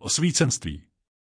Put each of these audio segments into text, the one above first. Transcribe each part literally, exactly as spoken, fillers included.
Osvícenství.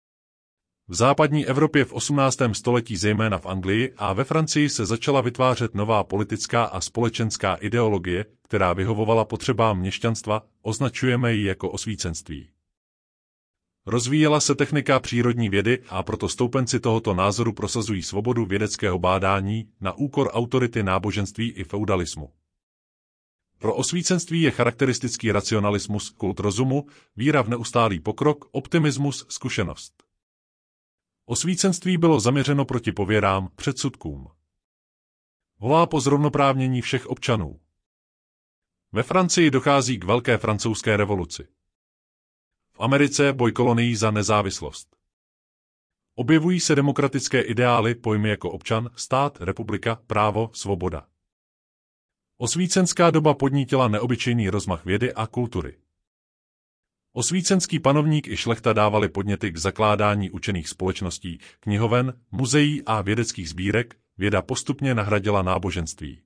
V západní Evropě v osmnáctém století, zejména v Anglii a ve Francii, se začala vytvářet nová politická a společenská ideologie, která vyhovovala potřebám měšťanstva, označujeme ji jako osvícenství. Rozvíjela se technika přírodní vědy a proto stoupenci tohoto názoru prosazují svobodu vědeckého bádání na úkor autority náboženství i feudalismu. Pro osvícenství je charakteristický racionalismus, kult rozumu, víra v neustálý pokrok, optimismus, zkušenost. Osvícenství bylo zaměřeno proti pověrám, předsudkům. Volá po zrovnoprávnění všech občanů. Ve Francii dochází k velké francouzské revoluci. V Americe boj kolonií za nezávislost. Objevují se demokratické ideály, pojmy jako občan, stát, republika, právo, svoboda. Osvícenská doba podnítila neobyčejný rozmach vědy a kultury. Osvícenský panovník i šlechta dávali podněty k zakládání učených společností, knihoven, muzeí a vědeckých sbírek, věda postupně nahradila náboženství.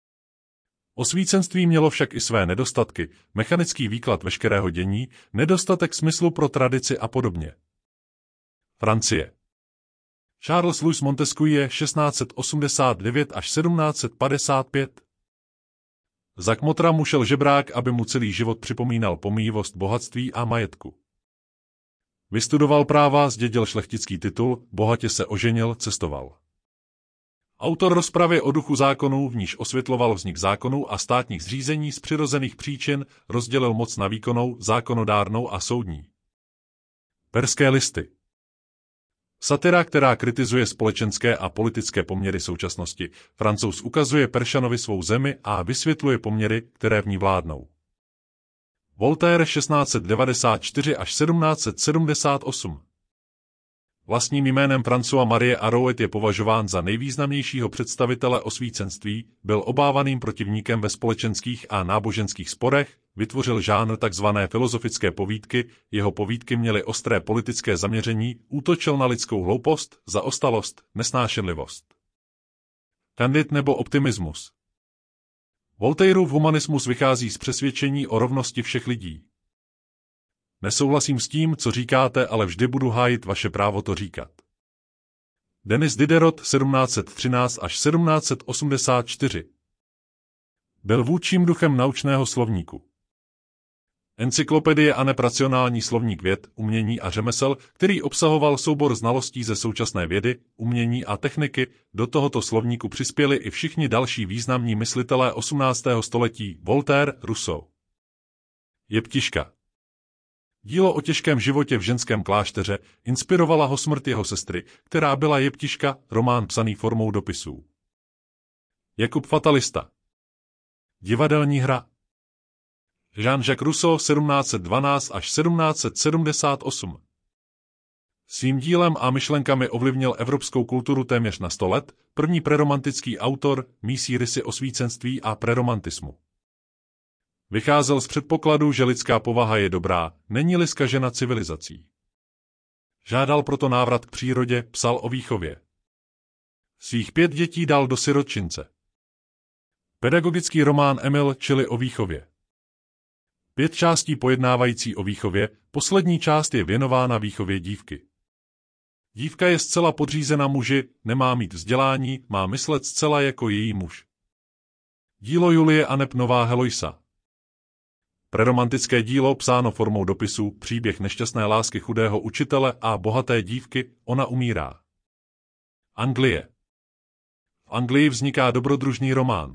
Osvícenství mělo však i své nedostatky, mechanický výklad veškerého dění, nedostatek smyslu pro tradici a podobně. Francie. Charles Louis Montesquieu šestnáct set osmdesát devět až sedmnáct set padesát pět. Za kmotra mu šel žebrák, aby mu celý život připomínal pomíjivost bohatství a majetku. Vystudoval práva, zdědil šlechtický titul, bohatě se oženil, cestoval. Autor rozpravy o duchu zákonů, v níž osvětloval vznik zákonů a státních zřízení z přirozených příčin, rozdělil moc na výkonnou, zákonodárnou a soudní. Perské listy. Satira, která kritizuje společenské a politické poměry současnosti. Francouz ukazuje Peršanovi svou zemi a vysvětluje poměry, které v ní vládnou. Voltaire šestnáct set devadesát čtyři až sedmnáct set sedmdesát osm. Vlastním jménem François Marie Arouet je považován za nejvýznamnějšího představitele osvícenství, byl obávaným protivníkem ve společenských a náboženských sporech, vytvořil žánr tzv. Filozofické povídky, jeho povídky měly ostré politické zaměření, útočil na lidskou hloupost, zaostalost, nesnášenlivost. Candide nebo optimismus. Voltairův humanismus vychází z přesvědčení o rovnosti všech lidí. Nesouhlasím s tím, co říkáte, ale vždy budu hájit vaše právo to říkat. Denis Diderot sedmnáct set třináct až sedmnáct set osmdesát čtyři. Byl vůdčím duchem naučného slovníku. Encyklopedie a nepracionální slovník věd, umění a řemesel, který obsahoval soubor znalostí ze současné vědy, umění a techniky, do tohoto slovníku přispěli i všichni další významní myslitelé osmnáctého století, Voltaire, Rousseau. Jeptiška. Dílo o těžkém životě v ženském klášteře inspirovala ho smrt jeho sestry, která byla jeptiška, román psaný formou dopisů. Jakub Fatalista. Divadelní hra. Jean-Jacques Rousseau sedmnáct set dvanáct až sedmnáct set sedmdesát osm. Svým dílem a myšlenkami ovlivnil evropskou kulturu téměř na sto let, první preromantický autor, mísí rysy osvícenství a preromantismu. Vycházel z předpokladu, že lidská povaha je dobrá, není-li zkažena civilizací. Žádal proto návrat k přírodě, psal o výchově. Svých pět dětí dal do sirotčince. Pedagogický román Emil, čili o výchově. Pět částí pojednávající o výchově, poslední část je věnována výchově dívky. Dívka je zcela podřízena muži, nemá mít vzdělání, má myslet zcela jako její muž. Dílo Julie Aneb Nová Heloisa. Preromantické dílo psáno formou dopisů, příběh nešťastné lásky chudého učitele a bohaté dívky, ona umírá. Anglie. V Anglii vzniká dobrodružný román.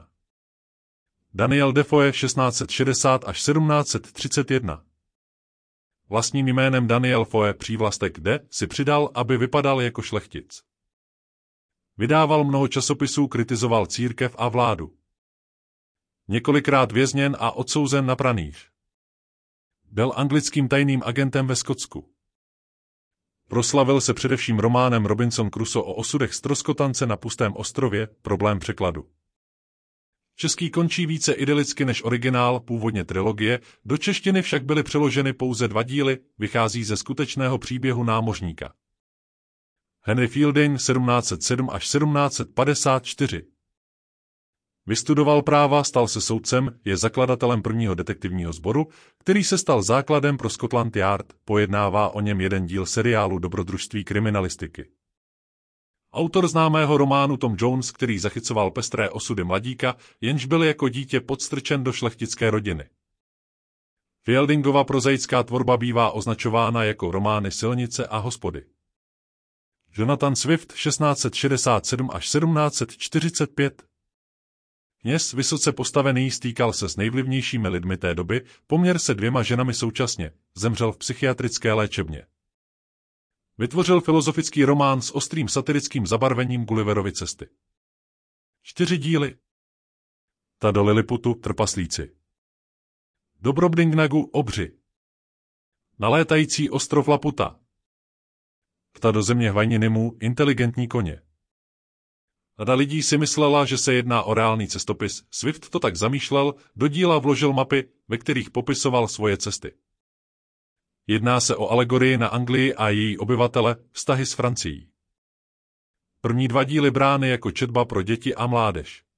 Daniel Defoe šestnáct set šedesát až sedmnáct set třicet jedna. Vlastním jménem Daniel Foe, přívlastek de, si přidal, aby vypadal jako šlechtic. Vydával mnoho časopisů, kritizoval církev a vládu. Několikrát vězněn a odsouzen na pranýř. Byl anglickým tajným agentem ve Skotsku. Proslavil se především románem Robinson Crusoe o osudech ztroskotance na pustém ostrově, problém překladu. Český končí více idylicky než originál, původně trilogie, do češtiny však byly přeloženy pouze dva díly, vychází ze skutečného příběhu námořníka. Henry Fielding sedmnáct set sedm až sedmnáct set padesát čtyři. Vystudoval práva, stal se soudcem, je zakladatelem prvního detektivního sboru, který se stal základem pro Scotland Yard, pojednává o něm jeden díl seriálu Dobrodružství kriminalistiky. Autor známého románu Tom Jones, který zachycoval pestré osudy mladíka, jenž byl jako dítě podstrčen do šlechtické rodiny. Fieldingova prozaická tvorba bývá označována jako romány Silnice a hospody. Jonathan Swift šestnáct set šedesát sedm až sedmnáct set čtyřicet pět. Kněz vysoce postavený, stýkal se s nejvlivnějšími lidmi té doby, poměr se dvěma ženami současně, zemřel v psychiatrické léčebně. Vytvořil filozofický román s ostrým satirickým zabarvením Gulliverovy cesty. Čtyři díly. Ta do Liliputu, trpaslíci. Do Brobdingnagu, obři. Nalétající ostrov Laputa. Ta do země Hvaininimu, inteligentní koně. Řada lidí si myslela, že se jedná o reálný cestopis, Swift to tak zamýšlel, do díla vložil mapy, ve kterých popisoval svoje cesty. Jedná se o alegorii na Anglii a její obyvatele, vztahy s Francií. První dva díly brány jako četba pro děti a mládež.